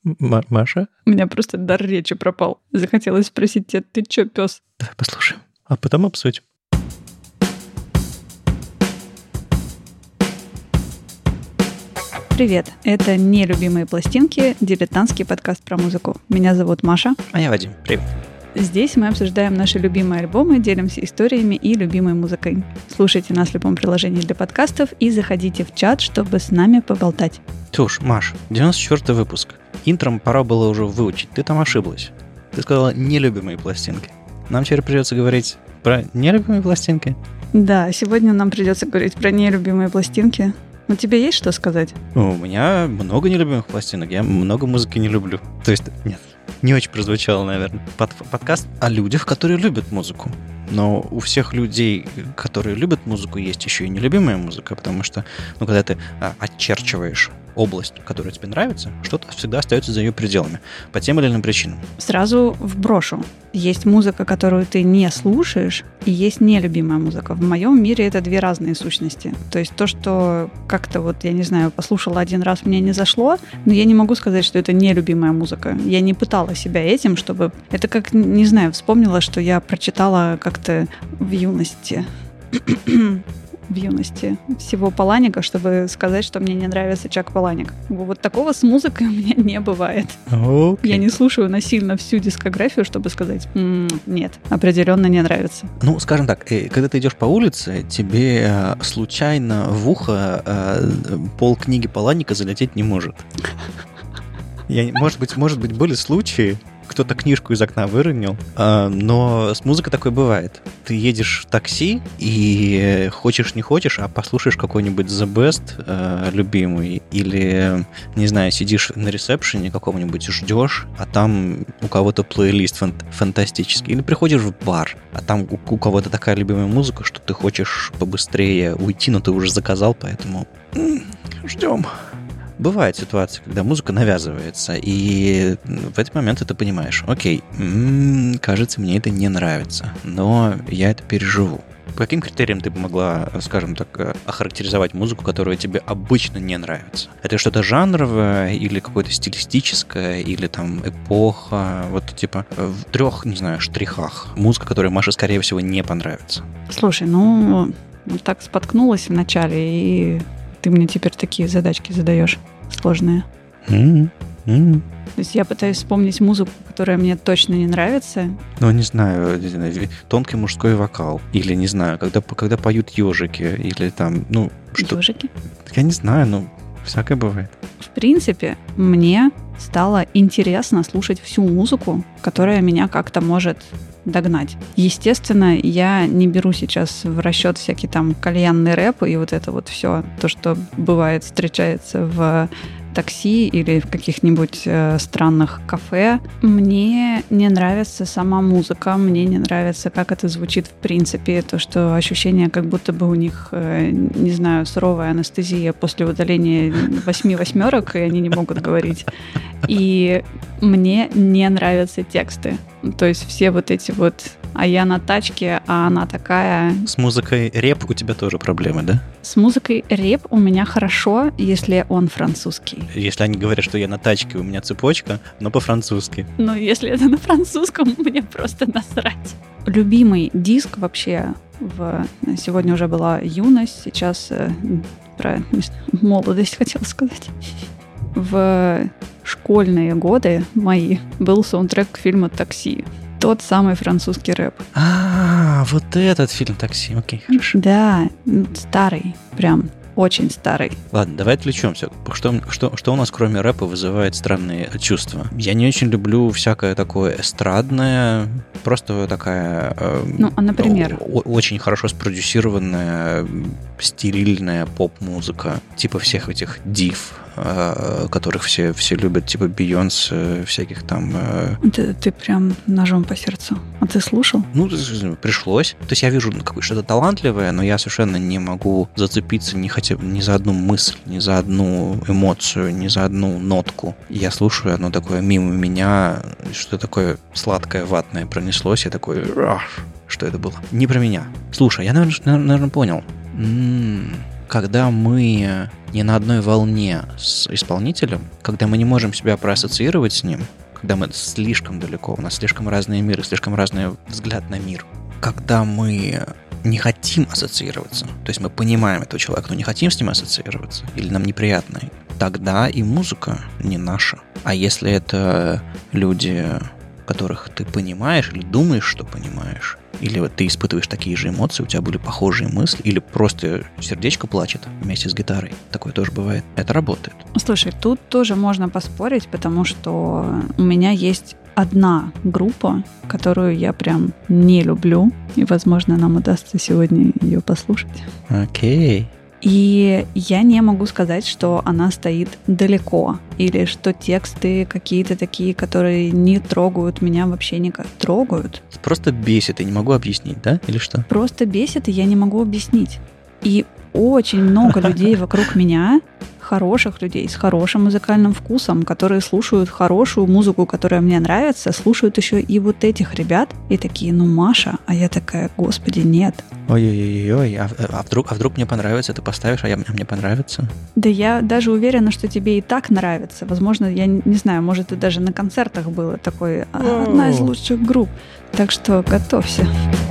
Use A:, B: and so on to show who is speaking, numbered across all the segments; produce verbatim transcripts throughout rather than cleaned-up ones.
A: М- Маша?
B: У меня просто дар речи пропал. Захотелось спросить тебя, ты чё, пес?
A: Давай послушаем, а потом обсудим.
B: Привет, это «Нелюбимые пластинки», дилетантский подкаст про музыку. Меня зовут Маша.
A: А я Вадим, привет.
B: Здесь мы обсуждаем наши любимые альбомы, делимся историями и любимой музыкой. Слушайте нас в любом приложении для подкастов и заходите в чат, чтобы с нами поболтать.
A: Слушай, Маш, девяносто четвёртый выпуск. Интром пора было уже выучить. Ты там ошиблась. Ты сказала «нелюбимые пластинки». Нам теперь придется говорить про нелюбимые пластинки?
B: Да, сегодня нам придется говорить про нелюбимые пластинки. Ну, тебе есть что сказать?
A: У меня много нелюбимых пластинок. Я много музыки не люблю. То есть, нет, не очень прозвучало, наверное. Под, подкаст о людях, которые любят музыку. Но у всех людей, которые любят музыку, есть еще и нелюбимая музыка, потому что, ну, когда ты а, очерчиваешь область, которая тебе нравится, что-то всегда остается за ее пределами, по тем или иным причинам.
B: Сразу вброшу. Есть музыка, которую ты не слушаешь, и есть нелюбимая музыка. В моем мире это две разные сущности. То есть то, что как-то вот, я не знаю, послушала один раз, мне не зашло, но я не могу сказать, что это нелюбимая музыка. Я не пытала себя этим, чтобы... Это как, не знаю, вспомнила, что я прочитала как-то в юности... в юности всего Паланика, чтобы сказать, что мне не нравится Чак Паланик. Вот такого с музыкой у меня не бывает.
A: Okay.
B: Я не слушаю насильно всю дискографию, чтобы сказать, м-м, нет, определенно не нравится.
A: Ну, скажем так, когда ты идешь по улице, тебе случайно в ухо пол книги Паланика залететь не может. Я, может быть, может быть, были случаи, кто-то книжку из окна выронил, но с музыкой такое бывает. Ты едешь в такси и хочешь не хочешь, а послушаешь какой-нибудь The Best любимый, или, не знаю, сидишь на ресепшене каком-нибудь, ждешь, а там у кого-то плейлист фант- фантастический. Или приходишь в бар, а там у, у кого-то такая любимая музыка, что ты хочешь побыстрее уйти, но ты уже заказал, поэтому ждем. Бывает ситуация, когда музыка навязывается, и в этот момент ты понимаешь, окей, м-м, кажется, мне это не нравится, но я это переживу. По каким критериям ты бы могла, скажем так, охарактеризовать музыку, которая тебе обычно не нравится? Это что-то жанровое или какое-то стилистическое, или там эпоха, вот типа в трех, не знаю, штрихах. Музыка, которая Маше, скорее всего, не понравится.
B: Слушай, ну, так споткнулась вначале, и ты мне теперь такие задачки задаешь сложные.
A: Mm-hmm. Mm-hmm.
B: То есть я пытаюсь вспомнить музыку, которая мне точно не нравится.
A: Ну, не знаю, не знаю, тонкий мужской вокал. Или, не знаю, когда, когда поют ежики. Или там, ну... Что...
B: Ежики?
A: Я не знаю, ну, всякое бывает.
B: В принципе, мне стало интересно слушать всю музыку, которая меня как-то может догнать. Естественно, я не беру сейчас в расчет всякий там кальянный рэп и вот это вот все, то, что бывает, встречается в такси или в каких-нибудь э, странных кафе. Мне не нравится сама музыка, мне не нравится, как это звучит в принципе, то, что ощущение, как будто бы у них, э, не знаю, суровая анестезия после удаления восьми восьмерок, и они не могут говорить. И мне не нравятся тексты. То есть все вот эти вот «а я на тачке, а она такая».
A: С музыкой рэп у тебя тоже проблемы, да?
B: С музыкой рэп у меня хорошо, если он французский.
A: Если они говорят, что я на тачке, у меня цепочка, но по-французски.
B: Но если это на французском, мне просто насрать. Любимый диск вообще в... Сегодня уже была юность, сейчас э, про молодость хотела сказать. В школьные годы мои был саундтрек к фильму «Такси». Тот самый французский рэп.
A: А, вот этот фильм «Такси». Окей, хорошо.
B: Да, старый, прям очень старый.
A: Ладно, давай отвлечемся. Что, что, что у нас кроме рэпа вызывает странные чувства? Я не очень люблю всякое такое эстрадное, просто такая... Э,
B: ну, а например?
A: О- очень хорошо спродюсированная, стерильная поп-музыка. Типа всех этих див, э, которых все, все любят, типа Бейонсе, всяких там... Э...
B: Ты, ты прям ножом по сердцу. А ты слушал?
A: Ну, пришлось. То есть я вижу что-то талантливое, но я совершенно не могу зацепиться ни хотя бы ни за одну мысль, ни за одну эмоцию, ни за одну нотку. Я слушаю, оно такое мимо меня, что такое сладкое, ватное пронеслось, я такой... Что это было? Не про меня. Слушай, я, наверное, наверное понял. М-м, когда мы не на одной волне с исполнителем, когда мы не можем себя проассоциировать с ним, когда мы слишком далеко, у нас слишком разные миры, слишком разный взгляд на мир, когда мы не хотим ассоциироваться, то есть мы понимаем этого человека, но не хотим с ним ассоциироваться, или нам неприятно, тогда и музыка не наша. А если это люди, которых ты понимаешь или думаешь, что понимаешь, или вот ты испытываешь такие же эмоции, у тебя были похожие мысли, или просто сердечко плачет вместе с гитарой. Такое тоже бывает. Это работает.
B: Слушай, тут тоже можно поспорить, потому что у меня есть одна группа, которую я прям не люблю, и, возможно, нам удастся сегодня ее послушать.
A: Окей.
B: И я не могу сказать, что она стоит далеко, или что тексты какие-то такие, которые не трогают меня вообще никак. Трогают.
A: Просто бесит, я не могу объяснить, да? Или что?
B: Просто бесит, и я не могу объяснить. И очень много людей вокруг меня, хороших людей с хорошим музыкальным вкусом, которые слушают хорошую музыку, которая мне нравится, слушают еще и вот этих ребят, и такие, ну, Маша, а я такая, господи, нет.
A: Ой-ой-ой, а, а, вдруг, а вдруг мне понравится, ты поставишь, а, я, а мне понравится?
B: Да я даже уверена, что тебе и так нравится. Возможно, я не знаю, может, и даже на концертах было такой, одна из лучших групп. Так что готовься.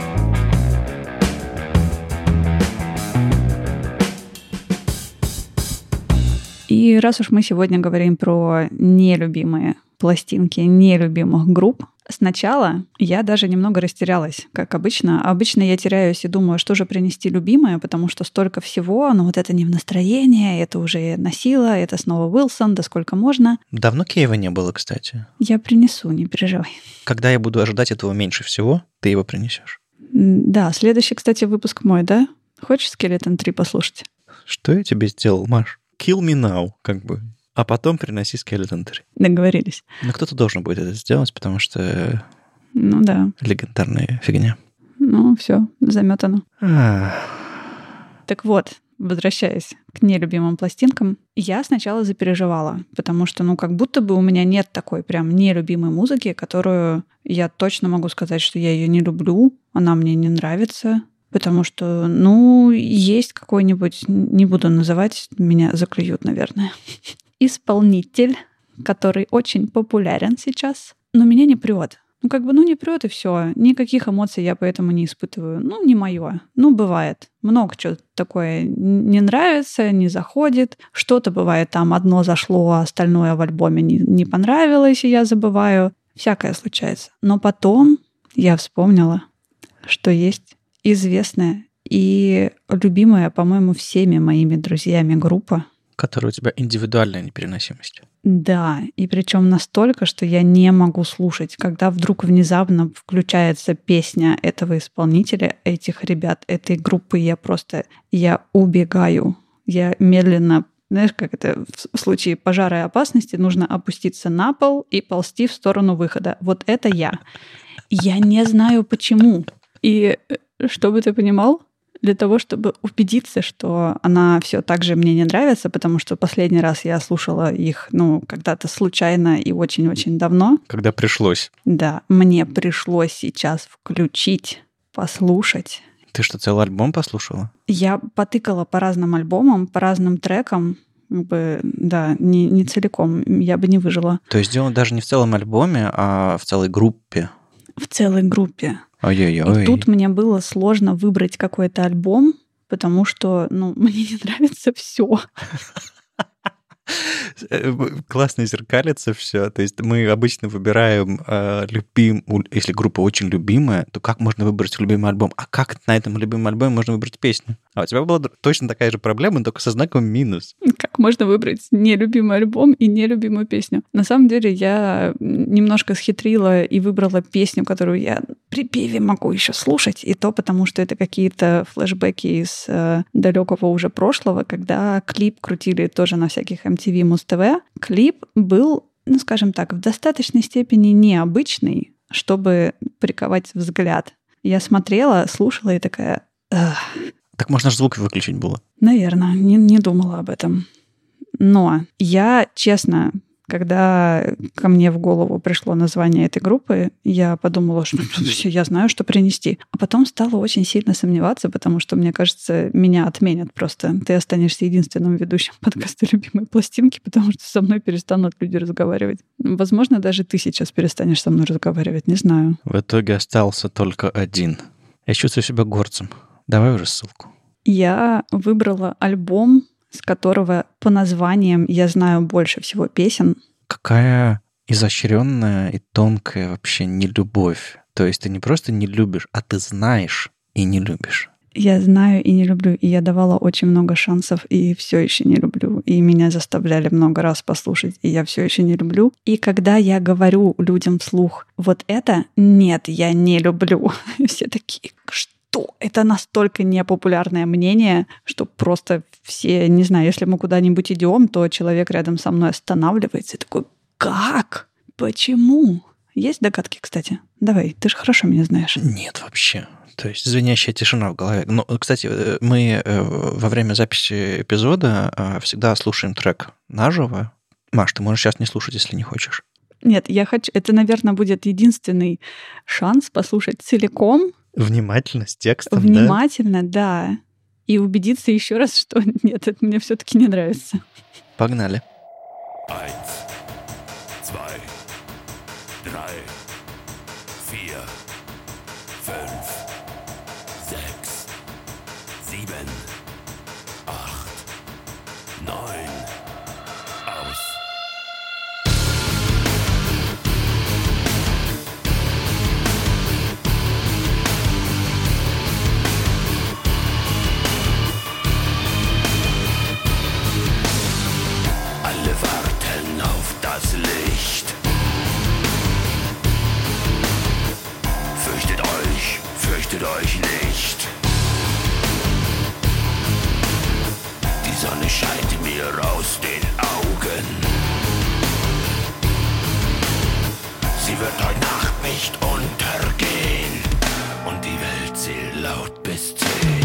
B: И раз уж мы сегодня говорим про нелюбимые пластинки, нелюбимых групп, сначала я даже немного растерялась, как обычно. Обычно я теряюсь и думаю, что же принести любимое, потому что столько всего, но вот это не в настроении, это уже носило, это снова Уилсон, да сколько можно.
A: Давно Кейва не было, кстати.
B: Я принесу, не переживай.
A: Когда я буду ожидать этого меньше всего, ты его принесешь.
B: Да, следующий, кстати, выпуск мой, да? Хочешь Skeleton три послушать?
A: Что я тебе сделал, Маш? Kill me now, как бы. А потом приноси Skeleton три.
B: Договорились.
A: Но кто-то должен будет это сделать, потому что...
B: Ну да.
A: Легендарная фигня.
B: Ну все, заметано.
A: Ах.
B: Так вот, возвращаясь к нелюбимым пластинкам, я сначала запереживала, потому что, ну, как будто бы у меня нет такой прям нелюбимой музыки, которую я точно могу сказать, что я ее не люблю, она мне не нравится. Потому что, ну, есть какой-нибудь, не буду называть, меня заклюют, наверное, исполнитель, который очень популярен сейчас, но меня не прет. Ну, как бы, ну, не прет, и все. Никаких эмоций я поэтому не испытываю. Ну, не мое. Ну, бывает. Много чего такое не нравится, не заходит. Что-то бывает там одно зашло, а остальное в альбоме не, не понравилось, и я забываю. Всякое случается. Но потом я вспомнила, что есть известная и любимая, по-моему, всеми моими друзьями группа.
A: Которая у тебя индивидуальная непереносимость.
B: Да, и причем настолько, что я не могу слушать, когда вдруг внезапно включается песня этого исполнителя, этих ребят, этой группы, я просто, я убегаю. Я медленно, знаешь, как это в случае пожара и опасности, нужно опуститься на пол и ползти в сторону выхода. Вот это я. Я не знаю почему. И чтобы ты понимал, для того, чтобы убедиться, что она все так же мне не нравится, потому что последний раз я слушала их, ну, когда-то случайно и очень-очень давно.
A: Когда пришлось.
B: Да, мне пришлось сейчас включить, послушать.
A: Ты что, целый альбом послушала?
B: Я потыкала по разным альбомам, по разным трекам. Как бы, да, не, не целиком, я бы не выжила.
A: То есть дело даже не в целом альбоме, а в целой группе?
B: В целой группе.
A: Ой-ой-ой.
B: И тут мне было сложно выбрать какой-то альбом, потому что, ну, мне не нравится все.
A: Классно зеркалится все. То есть мы обычно выбираем э, любим, если группа очень любимая, то как можно выбрать любимый альбом? А как на этом любимом альбоме можно выбрать песню? А у тебя была точно такая же проблема, только со знаком минус.
B: Как можно выбрать нелюбимый альбом и нелюбимую песню? На самом деле я немножко схитрила и выбрала песню, которую я при певе могу еще слушать, и то потому, что это какие-то флешбеки из э, далекого уже прошлого, когда клип крутили тоже на всяких эм ти ви, Муз-ТВ. Клип был, ну, скажем так, в достаточной степени необычный, чтобы приковать взгляд. Я смотрела, слушала и такая... Эх.
A: Так можно же звук выключить было.
B: Наверное, не, не думала об этом. Но я, честно, Когда ко мне в голову пришло название этой группы, я подумала, что все, я знаю, что принести. А потом стала очень сильно сомневаться, потому что, мне кажется, меня отменят просто. Ты останешься единственным ведущим подкаста «Любимые пластинки», потому что со мной перестанут люди разговаривать. Возможно, даже ты сейчас перестанешь со мной разговаривать, не знаю.
A: В итоге остался только один. Я чувствую себя горцем. Давай уже ссылку.
B: Я выбрала альбом, с которого по названиям я знаю больше всего песен.
A: Какая изощренная и тонкая вообще нелюбовь. То есть ты не просто не любишь, а ты знаешь и не любишь.
B: Я знаю и не люблю, и я давала очень много шансов, и все еще не люблю. И меня заставляли много раз послушать, и я все еще не люблю. И когда я говорю людям вслух, вот это нет, я не люблю, все такие, что? Это настолько непопулярное мнение, что просто все, не знаю, если мы куда-нибудь идем, то человек рядом со мной останавливается и такой, как? Почему? Есть догадки, кстати? Давай, ты же хорошо меня знаешь.
A: Нет, вообще. То есть звенящая тишина в голове. Ну, кстати, мы во время записи эпизода всегда слушаем трек наживо. Маш, ты можешь сейчас не слушать, если не хочешь.
B: Нет, я хочу... Это, наверное, будет единственный шанс послушать целиком.
A: Внимательно, с текстом,
B: Внимательно, да? да. И убедиться еще раз, что нет, это мне все-таки не нравится.
A: Погнали.
C: Eins, zwei, drei, vier, fünf, sechs, sieben, acht, neun, aus. Alle warten auf das Licht. Fürchtet euch, fürchtet euch nicht. Die Sonne scheint mir aus den Augen. Sie wird heute Nacht nicht untergehen. Und die Welt zählt laut bis zehn.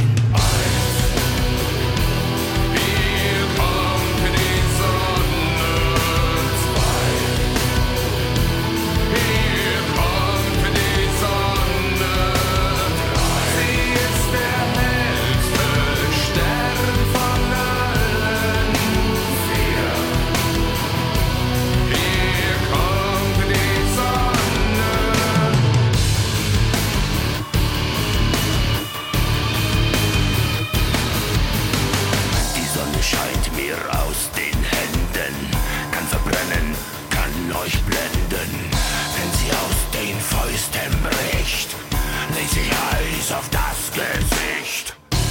C: Scheint mir aus den Händen, kann verbrennen, kann euch blenden. Wenn sie aus den Fäusten bricht, legt sich Eis auf das Gesicht.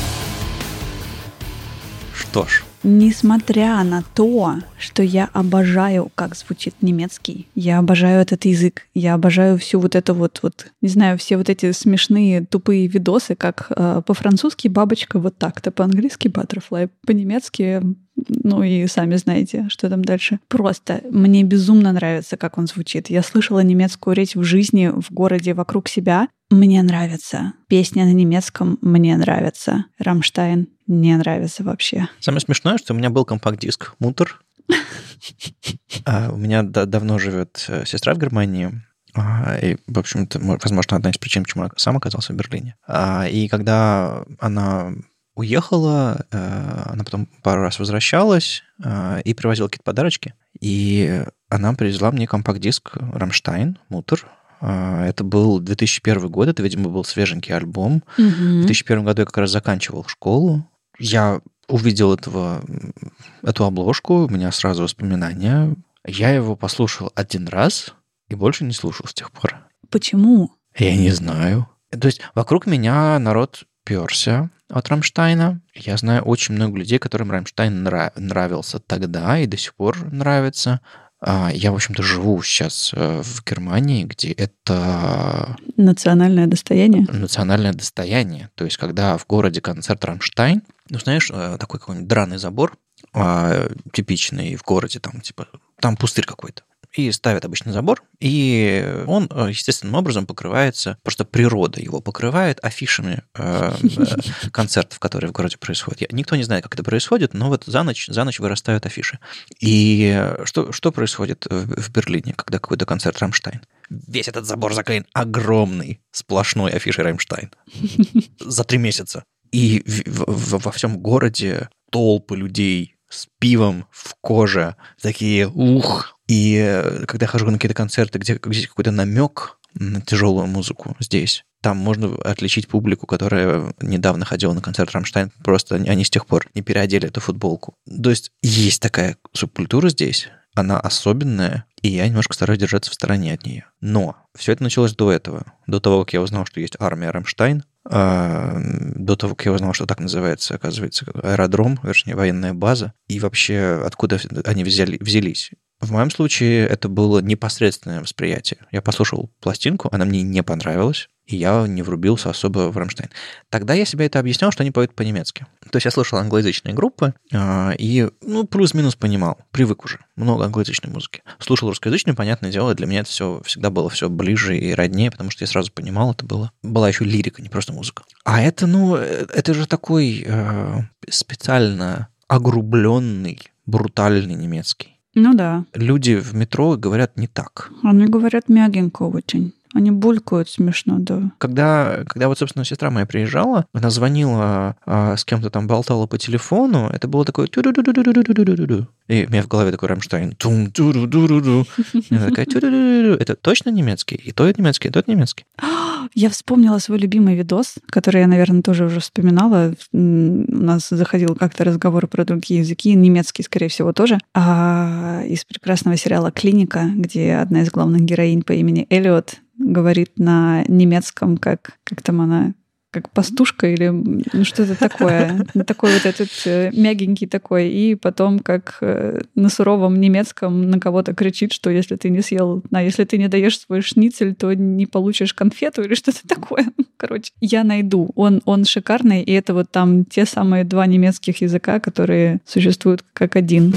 A: Что ж.
B: Несмотря на то, что я обожаю, как звучит немецкий, я обожаю этот язык, я обожаю всю вот эту вот, вот не знаю, все вот эти смешные тупые видосы, как э, по-французски бабочка вот так-то, по-английски butterfly, по-немецки, ну и сами знаете, что там дальше. Просто мне безумно нравится, как он звучит. Я слышала немецкую речь в жизни, в городе, вокруг себя. Мне нравится. Песня на немецком мне нравится. Рамштайн не нравится вообще.
A: Самое смешное, что у меня был компакт-диск Мутер. У меня давно живет сестра в Германии. И, в общем-то, возможно, одна из причин, почему я сам оказался в Берлине. И когда она уехала, она потом пару раз возвращалась и привозила какие-то подарочки. И она привезла мне компакт-диск «Рамштайн», «Мутер». Это был две тысячи первый год, это, видимо, был свеженький альбом. Угу. В две тысячи первом году я как раз заканчивал школу. Я увидел этого, эту обложку, у меня сразу воспоминания. Я его послушал один раз и больше не слушал с тех пор.
B: Почему?
A: Я не знаю. То есть вокруг меня народ перся от Рамштайна. Я знаю очень много людей, которым Рамштайн нрав- нравился тогда и до сих пор нравится. Я, в общем-то, живу сейчас в Германии, где это...
B: Национальное достояние?
A: Национальное достояние. То есть, когда в городе концерт Рамштайн, ну, знаешь, такой какой-нибудь драный забор, типичный в городе, там, типа, там пустырь какой-то. и ставят обычный забор, и он естественным образом покрывается, просто природа его покрывает афишами э, э, концертов, которые в городе происходят. Я, никто не знает, как это происходит, но вот за ночь, за ночь вырастают афиши. И что, что происходит в, в Берлине, когда какой-то концерт «Рамштайн»? Весь этот забор заклеен огромной сплошной афишей «Рамштайн» за три месяца. И в, в, во всем городе толпы людей с пивом в коже, такие ух. И когда я хожу на какие-то концерты, где, где есть какой-то намек на тяжелую музыку здесь, там можно отличить публику, которая недавно ходила на концерт «Рамштайн», просто они с тех пор не переодели эту футболку. То есть есть такая субкультура здесь, она особенная, и я немножко стараюсь держаться в стороне от нее. Но все это началось до этого, до того, как я узнал, что есть армия «Рамштайн», до того, как я узнал, что так называется, оказывается, аэродром, вернее, военная база, и вообще откуда они взяли, взялись. В моем случае это было непосредственное восприятие. Я послушал пластинку, она мне не понравилась, и я не врубился особо в «Рамштайн». Тогда я себе это объяснял, что они поют по-немецки. То есть я слушал англоязычные группы и, ну, плюс-минус понимал, привык уже, много англоязычной музыки. Слушал русскоязычную, понятное дело, для меня это все всегда было все ближе и роднее, потому что я сразу понимал, это было, была еще лирика, не просто музыка. А это, ну, это же такой э, специально огрубленный, брутальный немецкий.
B: Ну да.
A: Люди в метро говорят не так.
B: Они говорят мягенько очень. Они булькают смешно, да.
A: Когда, когда вот, собственно, сестра моя приезжала, она звонила, а, с кем-то там болтала по телефону, это было такое... И у меня в голове такой «Рамштайн». Такая... Это точно немецкий? И то немецкий, и тот немецкий.
B: Я вспомнила свой любимый видос, который я, наверное, тоже уже вспоминала. У нас заходил как-то разговор про другие языки, немецкий, скорее всего, тоже. А из прекрасного сериала «Клиника», где одна из главных героинь по имени Эллиот говорит на немецком, как, как там она, как пастушка или ну, что-то такое. Такой вот этот мягенький такой. И потом, как на суровом немецком на кого-то кричит, что если ты не съел, а если ты не даешь свой шницель, то не получишь конфету или что-то такое. Короче, я найду. Он, он шикарный, и это вот там те самые два немецких языка, которые существуют как один.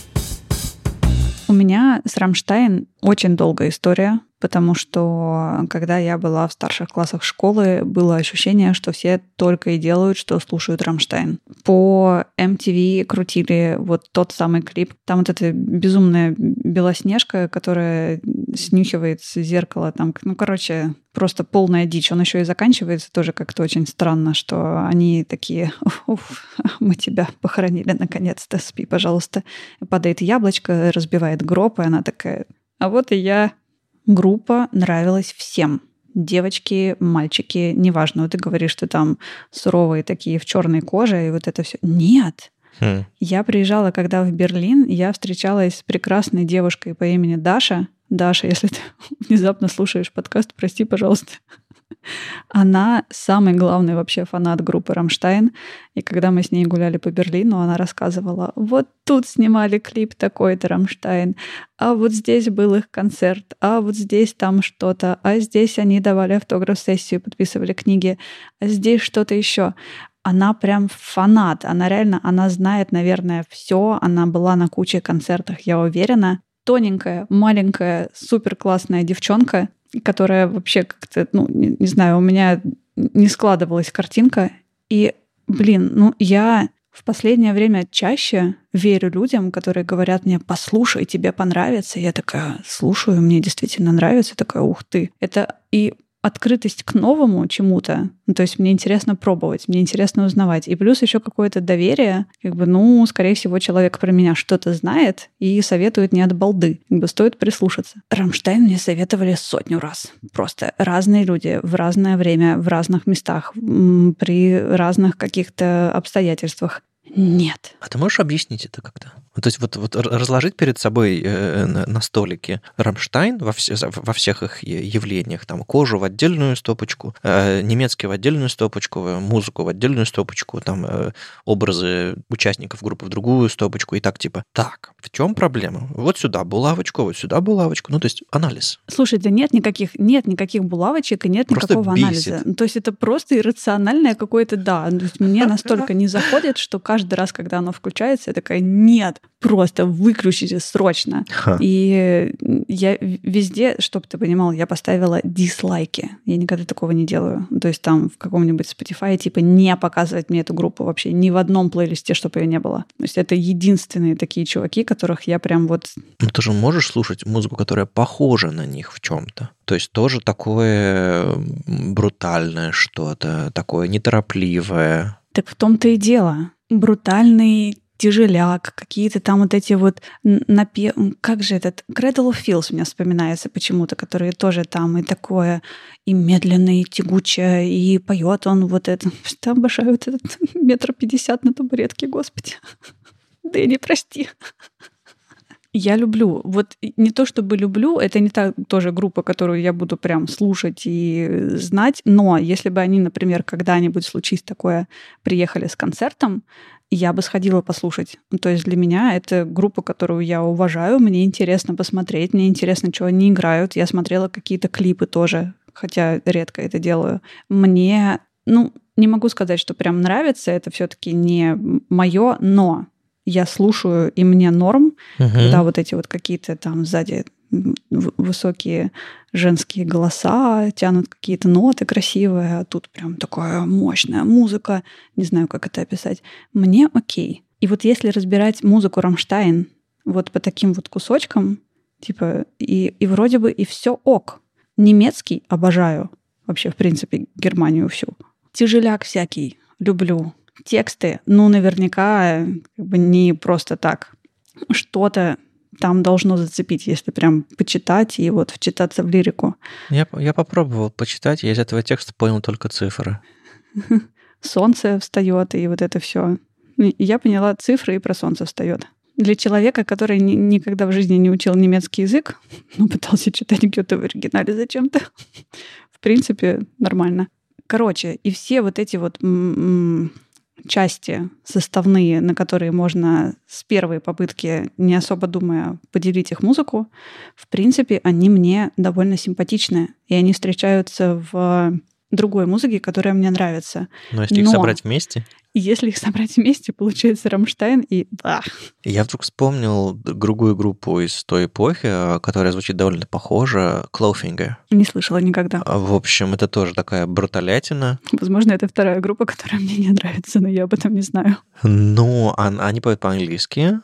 B: У меня с «Рамштайн» очень долгая история, потому что когда я была в старших классах школы, было ощущение, что все только и делают, что слушают «Рамштайн». По эм ти ви крутили вот тот самый клип. Там вот эта безумная Белоснежка, которая снюхивает с зеркала. Там, ну, короче, просто полная дичь. Он еще и заканчивается тоже как-то очень странно, что они такие: уф, мы тебя похоронили наконец-то, спи, пожалуйста. Падает яблочко, разбивает гроб, и она такая: а вот и я. Группа нравилась всем. Девочки, мальчики, неважно, вот ты говоришь, что там суровые такие в черной коже, и вот это все. Нет. Хм. Я приезжала, когда в Берлин, я встречалась с прекрасной девушкой по имени Даша. Даша, если ты внезапно слушаешь подкаст, прости, пожалуйста. Она самый главный вообще фанат группы «Рамштайн». И когда мы с ней гуляли по Берлину, она рассказывала: вот тут снимали клип такой-то «Рамштайн», а вот здесь был их концерт, а вот здесь там что-то, а здесь они давали автограф-сессию, подписывали книги, а здесь что-то еще. Она прям фанат. Она реально, она знает, наверное, все. Она была на куче концертах, я уверена. Тоненькая, маленькая, суперклассная девчонка, которая вообще как-то, ну, не, не знаю, у меня не складывалась картинка. И, блин, ну, я в последнее время чаще верю людям, которые говорят мне: послушай, тебе понравится. И я такая слушаю, мне действительно нравится. Такая: ух ты. Это и открытость к новому чему-то. Ну, то есть мне интересно пробовать, мне интересно узнавать. И плюс еще какое-то доверие. Как бы, ну, скорее всего, человек про меня что-то знает и советует не от балды. Как бы стоит прислушаться. «Рамштайн» мне советовали сотню раз. Просто разные люди в разное время, в разных местах, при разных каких-то обстоятельствах. Нет.
A: А ты можешь объяснить это как-то? То есть вот, вот разложить перед собой э, на, на столике «Рамштайн» во, все, во всех их явлениях, там кожу в отдельную стопочку, э, немецкий в отдельную стопочку, музыку в отдельную стопочку, там э, образы участников группы в другую стопочку, и так типа: так, в чем проблема? Вот сюда булавочку, вот сюда булавочку. Ну, то есть анализ.
B: Слушай, да нет никаких, нет никаких булавочек и нет просто никакого бесит. Анализа. То есть это просто иррациональное какое-то, да. То есть мне настолько не заходит, что каждый каждый раз, когда оно включается, я такая, нет, просто выключите срочно. Ха. И я везде, чтобы ты понимал, я поставила дизлайки. Я никогда такого не делаю. То есть там в каком-нибудь Spotify типа не показывать мне эту группу вообще ни в одном плейлисте, чтобы ее не было. То есть это единственные такие чуваки, которых я прям вот...
A: Ну ты же можешь слушать музыку, которая похожа на них в чем-то. То есть тоже такое брутальное что-то, такое неторопливое.
B: Так в том-то и дело. Брутальный тяжеляк, какие-то там вот эти вот напев... Как же этот? Cradle of Filth у меня вспоминается почему-то, которые тоже там и такое, и медленное, и тягучее, и поет он вот это. Что обожаю вот этот метр пятьдесят на табуретке, господи. Да и не прости. Я люблю. Вот не то чтобы люблю, это не та тоже группа, которую я буду прям слушать и знать, но если бы они, например, когда-нибудь случись такое, приехали с концертом, я бы сходила послушать. То есть для меня это группа, которую я уважаю, мне интересно посмотреть, мне интересно, что они играют. Я смотрела какие-то клипы тоже, хотя редко это делаю. Мне, ну, не могу сказать, что прям нравится, это все-таки не мое, но я слушаю, и мне норм, uh-huh. когда вот эти вот какие-то там сзади высокие женские голоса тянут какие-то ноты красивые, а тут прям такая мощная музыка, не знаю, как это описать. Мне окей. И вот если разбирать музыку Рамштайн вот по таким вот кусочкам, типа, и, и вроде бы и все ок. Немецкий обожаю. Вообще, в принципе, Германию всю. Тяжеляк всякий люблю. Тексты, ну, наверняка как бы не просто так. Что-то там должно зацепить, если прям почитать и вот вчитаться в лирику.
A: Я, я попробовал почитать, я из этого текста понял только цифры.
B: Солнце встает, и вот это все. Я поняла цифры, и про солнце встает. Для человека, который ни, никогда в жизни не учил немецкий язык, но пытался читать Гёте в оригинале зачем-то, в принципе, нормально. Короче, и все вот эти вот м- части составные, на которые можно с первой попытки, не особо думая, поделить их музыку, в принципе, они мне довольно симпатичны. И они встречаются в другой музыке, которая мне нравится.
A: Но если Но их собрать вместе?
B: Если их собрать вместе, получается Рамштайн и да.
A: Я вдруг вспомнил другую группу из той эпохи, которая звучит довольно похоже, Clawfinger.
B: Не слышала никогда.
A: В общем, это тоже такая бруталятина.
B: Возможно, это вторая группа, которая мне не нравится, но я об этом не знаю.
A: Ну, они поют по-английски,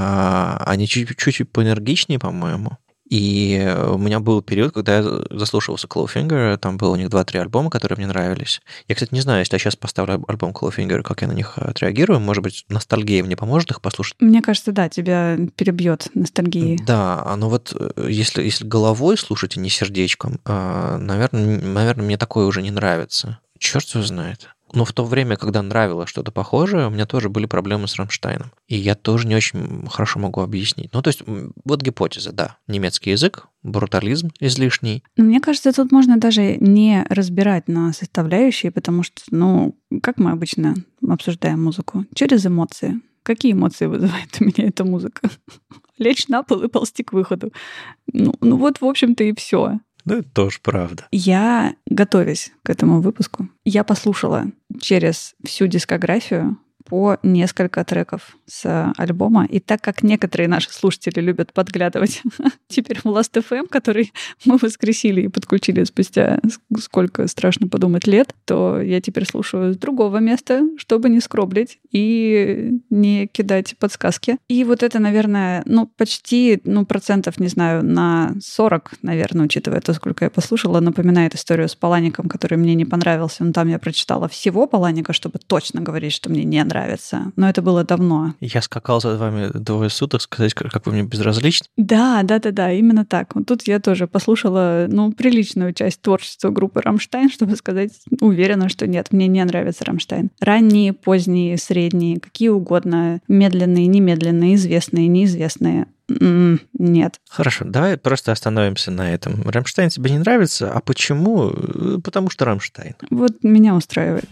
A: они чуть-чуть поэнергичнее, по-моему. И у меня был период, когда я заслушивался Clawfinger, там было у них два-три альбома, которые мне нравились. Я, кстати, не знаю, если я сейчас поставлю альбом Clawfinger, как я на них отреагирую, может быть, ностальгия мне поможет их послушать?
B: Мне кажется, да, тебя перебьет ностальгией.
A: Да, но вот если, если головой слушать, а не сердечком, наверное, наверное, мне такое уже не нравится. Черт его знает. Но в то время, когда нравилось что-то похожее, у меня тоже были проблемы с Рамштайном. И я тоже не очень хорошо могу объяснить. Ну, то есть, вот гипотеза, да. Немецкий язык, брутализм излишний.
B: Мне кажется, тут можно даже не разбирать на составляющие, потому что, ну, как мы обычно обсуждаем музыку? Через эмоции. Какие эмоции вызывает у меня эта музыка? Лечь на пол и ползти к выходу. Ну, ну вот, в общем-то, и все.
A: Ну, это тоже правда.
B: Я, готовясь к этому выпуску, я послушала через всю дискографию по несколько треков с альбома. И так как некоторые наши слушатели любят подглядывать теперь в Last эф эм, который мы воскресили и подключили спустя сколько, страшно подумать, лет, то я теперь слушаю с другого места, чтобы не скроблить и не кидать подсказки. И вот это, наверное, ну, почти, ну, процентов, не знаю, на сорок, наверное, учитывая то, сколько я послушала, напоминает историю с Палаником, который мне не понравился. Но там я прочитала всего Паланика, чтобы точно говорить, что мне не нравится. Но это было давно.
A: Я скакал за вами двое суток, сказать, как вы мне безразличны.
B: Да, да, да, да, именно так. Вот тут я тоже послушала, ну, приличную часть творчества группы «Рамштайн», чтобы сказать уверенно, что нет, мне не нравится «Рамштайн». Ранние, поздние, средние, какие угодно, медленные, немедленные, известные, неизвестные. Mm, нет.
A: Хорошо, давай просто остановимся на этом. «Рамштайн» тебе не нравится, а почему? Потому что «Рамштайн».
B: Вот меня устраивает.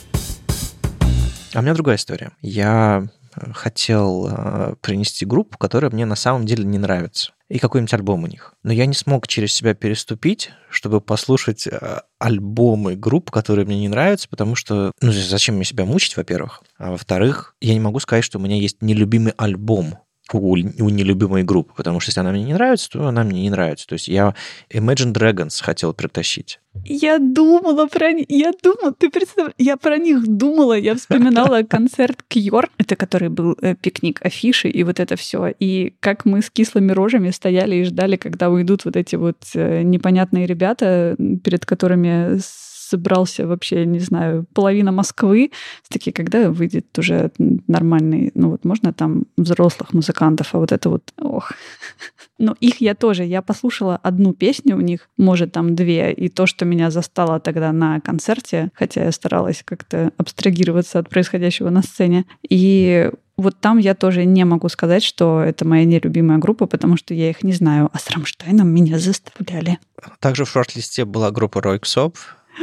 A: А у меня другая история. Я хотел принести группу, которая мне на самом деле не нравится. и какой-нибудь альбом у них. Но я не смог через себя переступить, чтобы послушать альбомы групп, которые мне не нравятся, потому что, ну, зачем мне себя мучить, во-первых. А во-вторых, я не могу сказать, что у меня есть нелюбимый альбом у, у нелюбимой группы, потому что если она мне не нравится, то она мне не нравится. То есть я Imagine Dragons хотел притащить.
B: Я думала про них, я думала, ты представляешь, я про них думала, я вспоминала концерт Кьор, это который был э, пикник афиши и вот это все, и как мы с кислыми рожами стояли и ждали, когда уйдут вот эти вот э, непонятные ребята, перед которыми собрался вообще, не знаю, половина Москвы. Такие, когда выйдет уже нормальный, ну вот можно там взрослых музыкантов, а вот это вот, ох. Но их я тоже, я послушала одну песню у них, может, там две, и то, что меня застало тогда на концерте, хотя я старалась как-то абстрагироваться от происходящего на сцене, и вот там я тоже не могу сказать, что это моя нелюбимая группа, потому что я их не знаю, а с Рамштайном меня заставляли.
A: Также в шорт-листе была группа Ройксоп.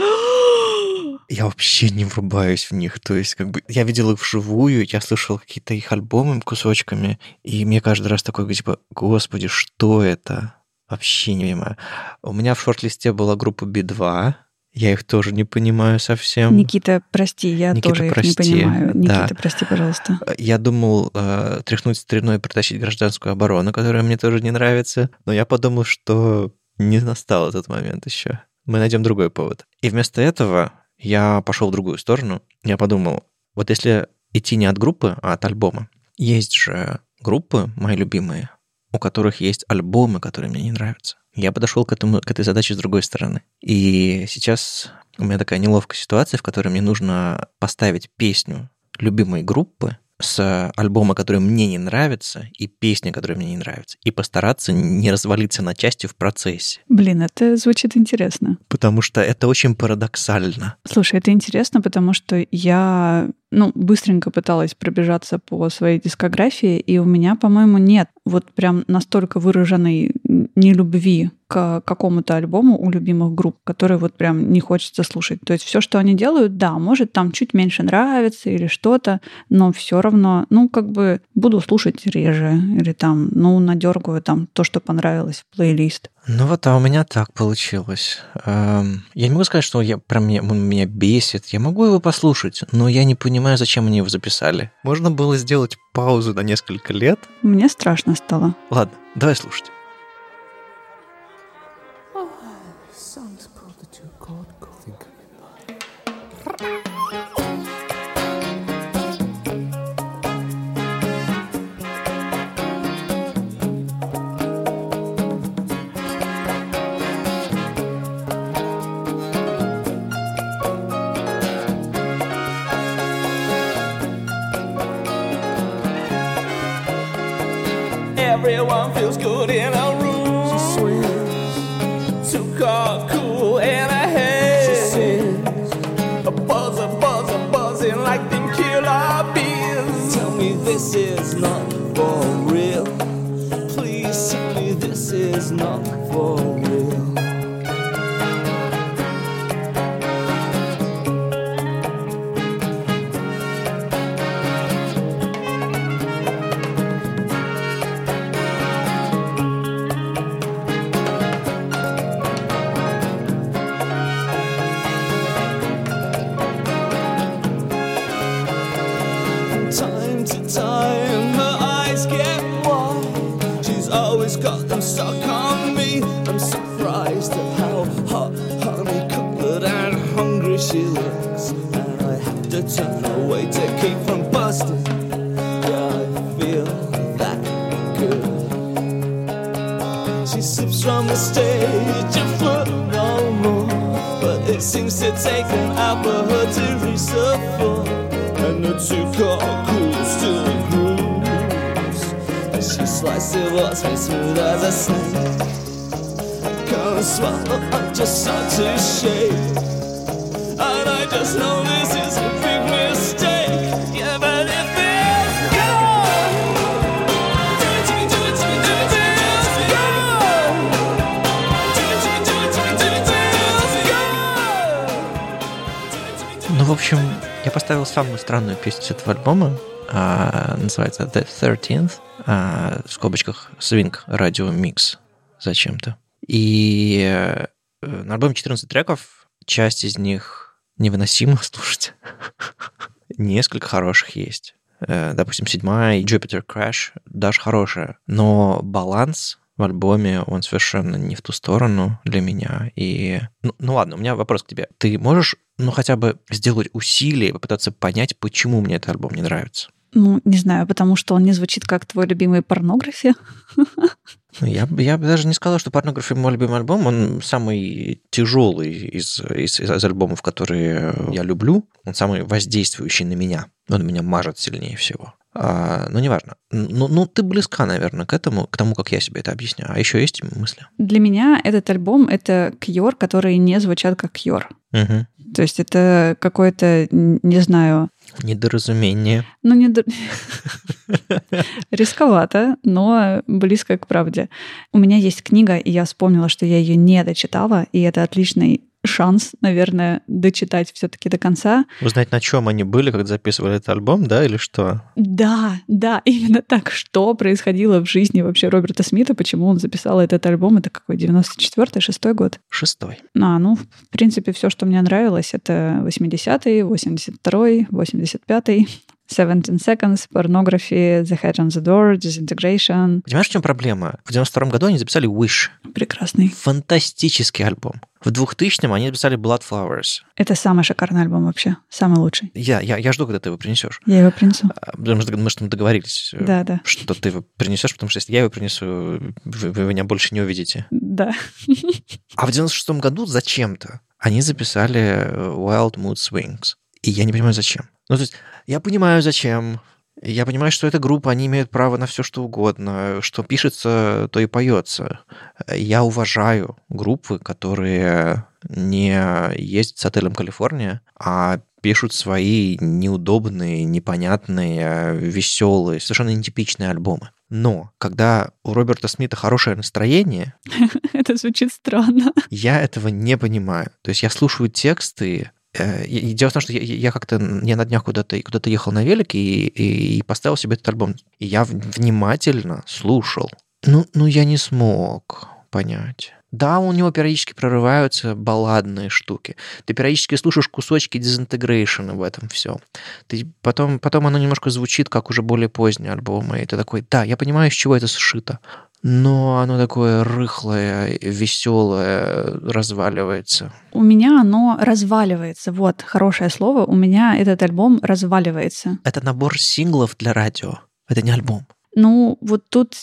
A: Я вообще не врубаюсь в них. То есть, как бы, я видел их вживую, я слышал какие-то их альбомы кусочками, и мне каждый раз такой, типа, господи, что это? Вообще не понимаю. У меня в шорт-листе была группа би два. Я их тоже не понимаю совсем.
B: Никита, прости, я
A: Никита,
B: тоже
A: прости.
B: их не понимаю. Никита,
A: Да.
B: прости, пожалуйста.
A: Я думал э, тряхнуть стариной и притащить гражданскую оборону, которая мне тоже не нравится, но я подумал, что не настал этот момент еще. Мы найдем другой повод. И вместо этого я пошел в другую сторону. Я подумал, вот если идти не от группы, а от альбома. Есть же группы, мои любимые, у которых есть альбомы, которые мне не нравятся. Я подошел к, этому, к этой задаче с другой стороны. И сейчас у меня такая неловкая ситуация, в которой мне нужно поставить песню любимой группы с альбома, который мне не нравится, и песни, которые мне не нравятся, и постараться не развалиться на части в процессе.
B: Блин, это звучит интересно.
A: Потому что это очень парадоксально.
B: Слушай, это интересно, потому что я, ну, быстренько пыталась пробежаться по своей дискографии, и у меня, по-моему, нет вот прям настолько выраженной нелюбви к какому-то альбому у любимых групп, который вот прям не хочется слушать. То есть все, что они делают, да, может там чуть меньше нравится или что-то, но все равно, ну, как бы буду слушать реже или там, ну, надергаю там то, что понравилось в плейлист.
A: Ну вот, а у меня так получилось. Эм, я не могу сказать, что я, прям меня, он меня бесит. Я могу его послушать, но я не понимаю, зачем они его записали. Можно было сделать паузу на несколько лет.
B: Мне страшно стало.
A: Ладно, давай слушать.
D: Everyone feels good in a room. She swims, too cold, cool in a haze. She sings, a buzz, a buzz, a buzzing like them killer bees. Tell me this is not for real. Please tell me this is not for real. Time to time, her eyes get wide. She's always got them stuck on me. I'm surprised at how hot, honey-covered and hungry she looks. And I have to turn away to keep from busting. Yeah, I feel that good. She slips from the stage a foot no more, but it seems to take an hour for her to reach the floor. And the two-car cool still grooves as she slices what's me smooth as a snake. I can't swallow, I just start to shake. And I just know this is a big mistake. Yeah, but it feels good. Do it to me, do it to me, do it to me, feels good. Do it to me, do it to me, do it to me, feels good.
A: Ну, в общем, я поставил самую странную песню с этого альбома. а, называется The thirteenth, а, в скобочках Swing Radio Mix зачем-то. И а, на альбоме четырнадцать треков, часть из них невыносимо слушать. Несколько хороших есть. Допустим, седьмая, Jupiter Crash, даже хорошая. Но баланс в альбоме, он совершенно не в ту сторону для меня. И, ну, ну ладно, у меня вопрос к тебе. Ты можешь, ну, хотя бы сделать усилие и попытаться понять, почему мне этот альбом не нравится?
B: Ну, не знаю, потому что он не звучит как твой любимый порнография.
A: Ну, я, я бы даже не сказал, что «Порнография» мой любимый альбом. Он самый тяжелый из, из, из альбомов, которые я люблю. Он самый воздействующий на меня. Он меня мажет сильнее всего. А, но неважно. Ну, ну, ты близка, наверное, к этому, к тому, как я себе это объясняю. А еще есть мысли?
B: Для меня этот альбом — это Cure, которые не звучат как Cure.
A: Угу.
B: То есть это какое-то, не знаю...
A: Недоразумение.
B: Ну, не до... Рисковато, но близко к правде. У меня есть книга, и я вспомнила, что я ее не дочитала, и это отличный шанс, наверное, дочитать все-таки до конца.
A: Узнать, на чем они были, когда записывали этот альбом, да, или что?
B: Да, да, именно так. Что происходило в жизни вообще Роберта Смита, почему он записал этот альбом? Это какой, девяносто четвёртый, шестой год?
A: Шестой.
B: А, ну, в принципе, все, что мне нравилось, это восьмидесятый, восемьдесят второй, восемьдесят пятый, seventeen seconds, Pornography, The Head on the Door, Disintegration.
A: Понимаешь, в чем проблема? В девяносто втором году они записали Wish.
B: Прекрасный.
A: Фантастический альбом. В двухтысячном они записали Blood Flowers.
B: Это самый шикарный альбом вообще, самый лучший.
A: Я, я, я жду, когда ты его принесешь.
B: Я его принесу.
A: Потому что мы что мы договорились,
B: да, да.
A: что ты его принесешь, потому что если я его принесу, вы, вы меня больше не увидите.
B: Да.
A: А в девяносто шестом году зачем-то они записали Wild Mood Swings. И я не понимаю, зачем. Ну, то есть, я понимаю, зачем. Я понимаю, что эта группа, они имеют право на все, что угодно. Что пишется, то и поется. Я уважаю группы, которые не ездят с отелем Калифорния, а пишут свои неудобные, непонятные, веселые, совершенно нетипичные альбомы. Но когда у Роберта Смита хорошее настроение...
B: Это звучит странно.
A: Я этого не понимаю. То есть я слушаю тексты. И дело в том, что я, я как-то я на днях куда-то, куда-то ехал на велике и, и, и поставил себе этот альбом. И я внимательно слушал. Ну, ну, я не смог понять. Да, у него периодически прорываются балладные штуки. Ты периодически слушаешь кусочки Disintegration в этом всем. Ты потом, потом оно немножко звучит, как уже более поздние альбомы. И ты такой, да, я понимаю, из чего это сшито. Но оно такое рыхлое, веселое, разваливается.
B: У меня оно разваливается. Вот, хорошее слово. У меня этот альбом разваливается.
A: Это набор синглов для радио. Это не альбом.
B: Ну, вот тут,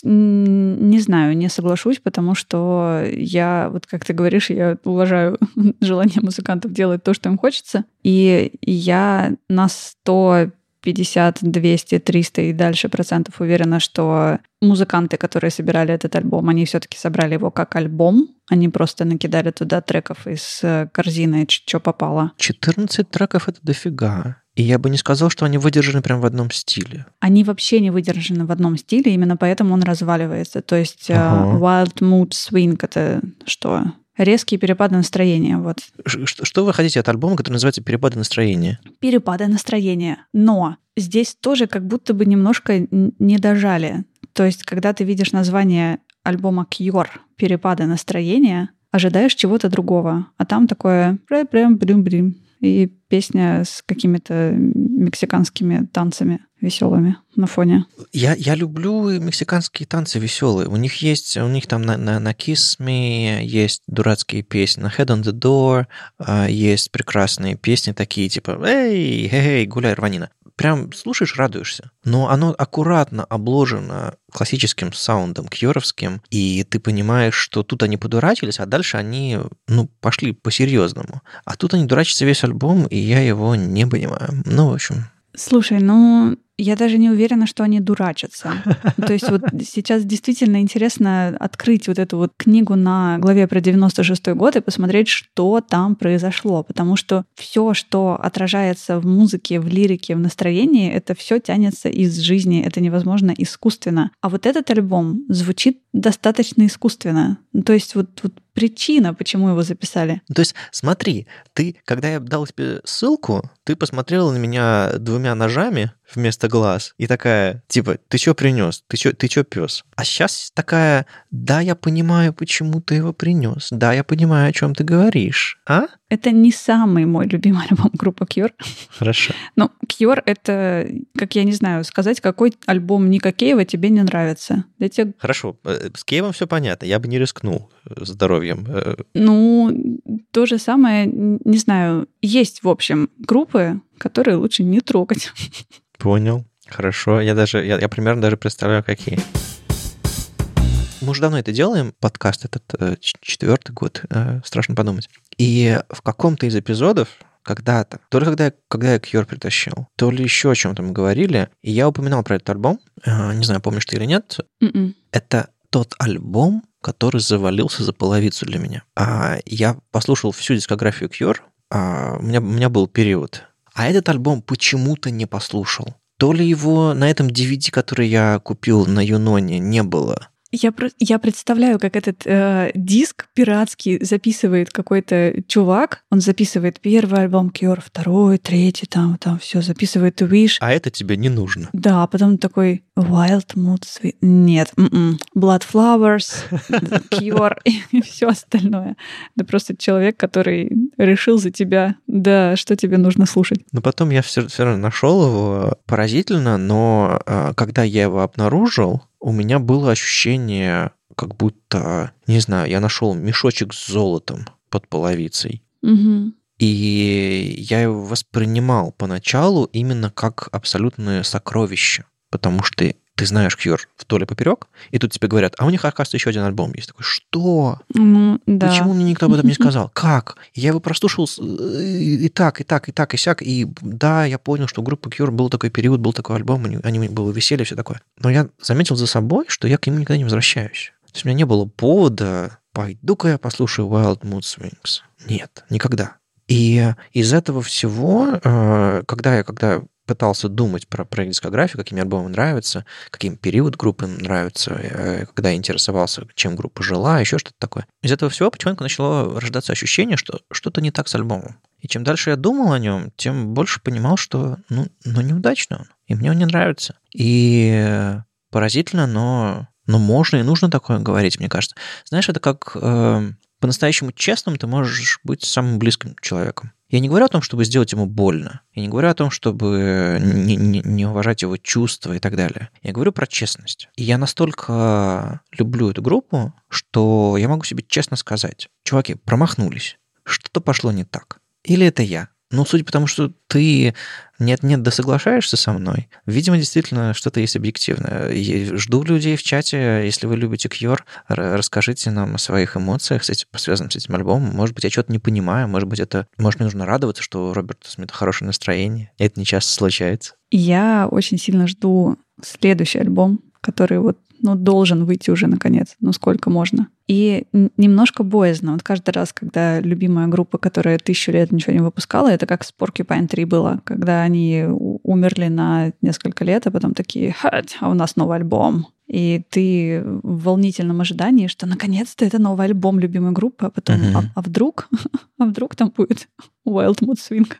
B: не знаю, не соглашусь, потому что я, вот как ты говоришь, я уважаю желание музыкантов делать то, что им хочется. И я на сто пятьдесят, двести, триста и дальше процентов уверена, что музыканты, которые собирали этот альбом, они все-таки собрали его как альбом, они просто накидали туда треков из корзины, что попало.
A: четырнадцать треков — это дофига. И я бы не сказал, что они выдержаны прямо в одном стиле.
B: Они вообще не выдержаны в одном стиле, именно поэтому он разваливается. То есть ага. Wild Mood Swing — это что? Резкие перепады настроения. Вот.
A: Что, что вы хотите от альбома, который называется «Перепады настроения»?
B: Перепады настроения. Но здесь тоже как будто бы немножко не дожали. То есть, когда ты видишь название альбома Cure «Перепады настроения», ожидаешь чего-то другого. А там такое прям-брим-брим. И песня с какими-то мексиканскими танцами веселыми на фоне.
A: Я, я люблю мексиканские танцы веселые. У них есть, у них там на, на, на Kiss Me есть дурацкие песни, на Head on the Door есть прекрасные песни такие, типа «Эй, эй, гуляй, рванина». Прям слушаешь, радуешься. Но оно аккуратно обложено классическим саундом кьюровским, и ты понимаешь, что тут они подурачились, а дальше они, ну, пошли по-серьезному. А тут они дурачатся весь альбом, и я его не понимаю. Ну, в общем...
B: Слушай, ну, я даже не уверена, что они дурачатся. То есть вот сейчас действительно интересно открыть вот эту вот книгу на главе про девяносто шестой год и посмотреть, что там произошло. Потому что все, что отражается в музыке, в лирике, в настроении, это все тянется из жизни. Это невозможно искусственно. А вот этот альбом звучит достаточно искусственно. То есть вот, вот причина, почему его записали.
A: То есть, смотри, ты, когда я дал тебе ссылку, ты посмотрела на меня двумя ножами вместо глаз и такая, типа, ты что принес? Ты что, ты чё, пес? А сейчас такая, да, я понимаю, почему ты его принес. Да, я понимаю, о чем ты говоришь. А?
B: Это не самый мой любимый альбом группы Cure.
A: Хорошо.
B: Ну, Cure — это, как я не знаю, сказать, какой альбом Ника Кейва тебе не нравится. Да тебе...
A: Хорошо, с Кейвом все понятно, я бы не рискнул здоровьем.
B: Ну, то же самое, не знаю, есть, в общем, группы, которые лучше не трогать.
A: Понял. Хорошо. Я даже, я, я примерно даже представляю, какие. Мы уже давно это делаем, подкаст этот э, четвертый год, э, страшно подумать. И в каком-то из эпизодов когда-то, то ли когда я, когда я Cure притащил, то ли еще о чем-то мы говорили, и я упоминал про этот альбом, э, не знаю, помнишь ты или нет,
B: Mm-mm.
A: это тот альбом, который завалился за половицу для меня. А я послушал всю дискографию Cure, а у меня, у меня был период. А этот альбом почему-то не послушал. То ли его на этом ди ви ди, который я купил на Юноне, не было.
B: Я, я представляю, как этот э, диск пиратский записывает какой-то чувак. Он записывает первый альбом Cure, второй, третий, там, там все записывает Wish.
A: А это тебе не нужно.
B: Да, а потом такой Wild Mood Swing. Нет, м-м. Blood Flowers, Cure и все остальное. Это просто человек, который решил за тебя, да, что тебе нужно слушать.
A: Но потом я все, все равно нашел его поразительно, но э, когда я его обнаружил, у меня было ощущение, как будто, не знаю, я нашел мешочек с золотом под половицей.
B: Угу.
A: И я его воспринимал поначалу именно как абсолютное сокровище, потому что ты знаешь Cure вдоль и поперек, и тут тебе говорят, а у них, оказывается, еще один альбом есть. Такой, что?
B: Ну, да.
A: Почему мне никто об этом не сказал? Как? Я его прослушал и так, и так, и так, и сяк, и да, я понял, что у группы Cure был такой период, был такой альбом, они, они было веселье, все такое. Но я заметил за собой, что я к нему никогда не возвращаюсь. То есть у меня не было повода, пойду-ка я послушаю Wild Mood Swings. Нет, никогда. И из этого всего, когда я, когда пытался думать про, про дискографию, какими альбомы нравятся, каким период группы нравится, когда я интересовался, чем группа жила, еще что-то такое. Из этого всего потихоньку начало рождаться ощущение, что что-то не так с альбомом. И чем дальше я думал о нем, тем больше понимал, что ну, ну неудачный он, и мне он не нравится. И поразительно, но, но можно и нужно такое говорить, мне кажется. Знаешь, это как э, по-настоящему честным ты можешь быть самым близким человеком. Я не говорю о том, чтобы сделать ему больно. Я не говорю о том, чтобы не, не, не уважать его чувства и так далее. Я говорю про честность. И я настолько люблю эту группу, что я могу себе честно сказать, чуваки, промахнулись. Что-то пошло не так. Или это я. Ну, судя по тому, что ты нет-нет, да соглашаешься со мной, видимо, действительно что-то есть объективное. И жду людей в чате, если вы любите Cure, расскажите нам о своих эмоциях, с этим, связанных с этим альбомом. Может быть, я что-то не понимаю, может быть, это... Может, мне нужно радоваться, что у Роберта Смита хорошее настроение. Это не часто случается.
B: Я очень сильно жду следующий альбом, который вот ну, должен выйти уже наконец, ну сколько можно. И немножко боязно. Вот каждый раз, когда любимая группа, которая тысячу лет ничего не выпускала, это как с Porcupine Tree было, когда они умерли на несколько лет, а потом такие, а у нас новый альбом. И ты в волнительном ожидании, что наконец-то это новый альбом любимой группы, а потом, uh-huh. а, а вдруг, а вдруг там будет Wild Mood Swing.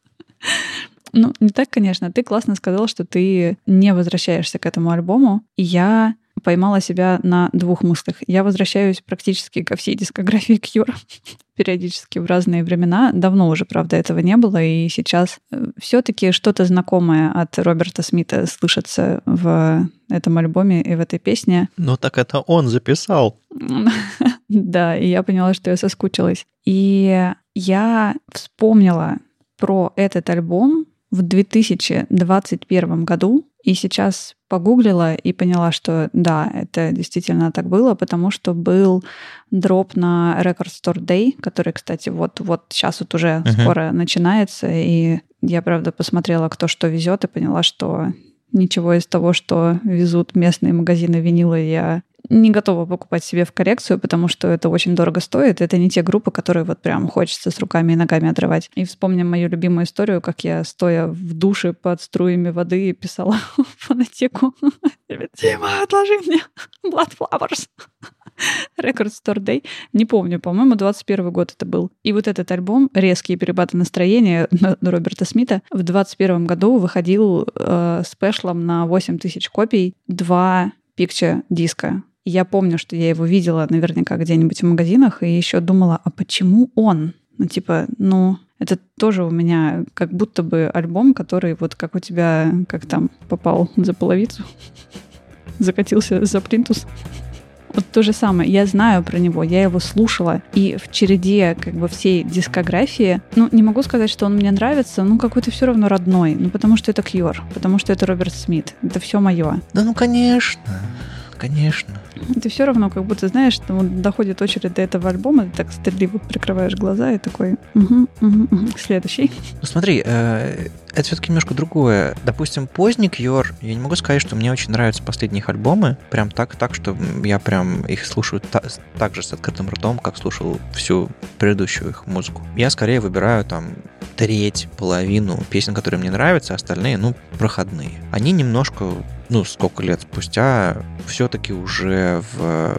B: Ну, не так, конечно. Ты классно сказал, что ты не возвращаешься к этому альбому. И я поймала себя на двух мыслях. Я возвращаюсь практически ко всей дискографии Cure периодически в разные времена. Давно уже, правда, этого не было. И сейчас все-таки что-то знакомое от Роберта Смита слышится в этом альбоме и в этой песне.
A: Ну так это он записал.
B: Да, и я поняла, что я соскучилась. И я вспомнила про этот альбом в две тысячи двадцать первом году, и сейчас погуглила и поняла, что да, это действительно так было, потому что был дроп на Record Store Day, который, кстати, вот, вот сейчас вот уже uh-huh. скоро начинается, и я, правда, посмотрела, кто что везет, и поняла, что ничего из того, что везут местные магазины винила, я не готова покупать себе в коллекцию, потому что это очень дорого стоит. Это не те группы, которые вот прям хочется с руками и ногами отрывать. И вспомним мою любимую историю, как я, стоя в душе под струями воды, писала в фонотеку: «Дима, отложи мне Blood Flowers». Record Store Day. Не помню, по-моему, двадцать первый год это был. И вот этот альбом «Резкие перепады настроения» Роберта Смита в двадцать первом году выходил э, спешлом на восемь тысяч копий, два пикчер-диска. Я помню, что я его видела наверняка где-нибудь в магазинах, и еще думала, а почему он? Ну, типа, ну, это тоже у меня как будто бы альбом, который вот как у тебя, как там, попал за половицу, закатился за плинтус. Вот то же самое. Я знаю про него, я его слушала. И в череде как бы всей дискографии, ну, не могу сказать, что он мне нравится, ну, какой-то все равно родной. Ну, потому что это Cure, потому что это Роберт Смит. Это все мое.
A: Да ну, конечно. Конечно.
B: Ты все равно, как будто, знаешь, там доходит очередь до этого альбома, ты так стыдливо прикрываешь глаза и такой, угу, угу, угу. Следующий.
A: Ну смотри, э, это все-таки немножко другое. Допустим, поздний Cure, я не могу сказать, что мне очень нравятся последние их альбомы, прям так, так, что я прям их слушаю та- так же с открытым ртом, как слушал всю предыдущую их музыку. Я скорее выбираю там треть, половину песен, которые мне нравятся, а остальные, ну, проходные. Они немножко, ну, сколько лет спустя, все-таки уже в...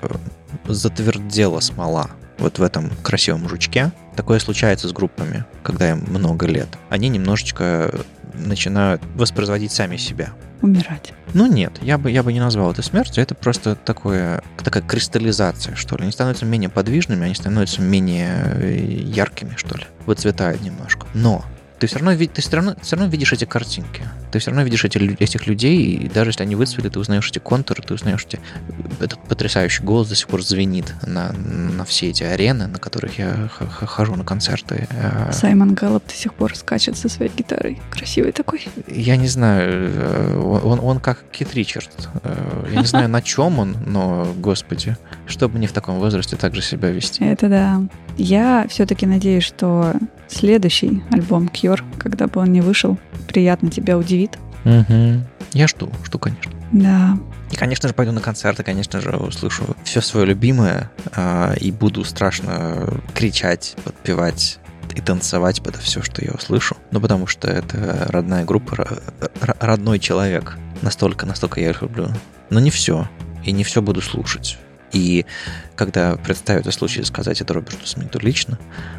A: затвердела смола вот в этом красивом жучке. Такое случается с группами, когда им много лет. Они немножечко начинают воспроизводить сами себя.
B: Умирать.
A: Ну нет, я бы, я бы не назвал это смертью, это просто такое, такая кристаллизация, что ли. Они становятся менее подвижными, они становятся менее яркими, что ли. Выцветают немножко. Но ты все равно, ты все равно, все равно видишь эти картинки. Ты все равно видишь эти, этих людей, и даже если они выцвели, ты узнаешь эти контуры, ты узнаешь эти... Этот потрясающий голос до сих пор звенит на, на все эти арены, на которых я х- хожу на концерты.
B: Саймон Гэллоп до сих пор скачет со своей гитарой. Красивый такой.
A: Я не знаю, он, он как Кит Ричард. Я не знаю, на чем он, но, господи, чтобы мне в таком возрасте так же себя вести.
B: Это да. Я все-таки надеюсь, что следующий альбом Cure, когда бы он ни вышел, приятно тебя удивит.
A: Угу. Я жду, жду, конечно.
B: Да.
A: И, конечно же, пойду на концерты, конечно же, услышу все свое любимое э, и буду страшно кричать, подпевать и танцевать под все, что я услышу. Ну, потому что это родная группа, р- родной человек. Настолько, настолько я их люблю. Но не все. И не все буду слушать. И когда представится случай сказать это Роберту Смиту лично,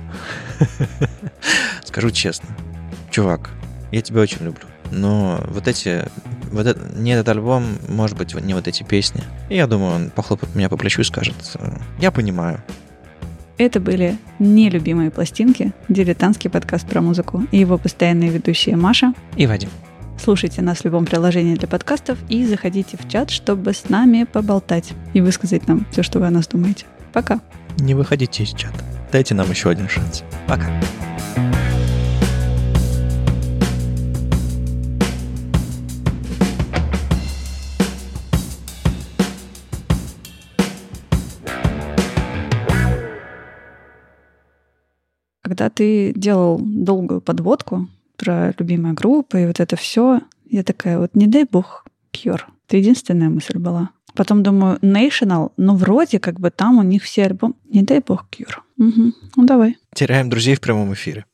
A: скажу честно, чувак, я тебя очень люблю. Но вот эти... Вот это, не этот альбом, может быть, не вот эти песни. И я думаю, он похлопает меня по плечу и скажет: я понимаю.
B: Это были нелюбимые пластинки, дилетантский подкаст про музыку, и его постоянные ведущие Маша
A: и Вадим.
B: Слушайте нас в любом приложении для подкастов и заходите в чат, чтобы с нами поболтать и высказать нам все, что вы о нас думаете. Пока.
A: Не выходите из чата. Дайте нам еще один шанс. Пока.
B: Когда ты делал долгую подводку про любимые группы и вот это все, я такая, вот не дай бог Cure. Это единственная мысль была. Потом думаю, National, ну вроде как бы там у них все альбомы. Не дай бог Cure. Угу. Ну давай.
A: Теряем друзей в прямом эфире.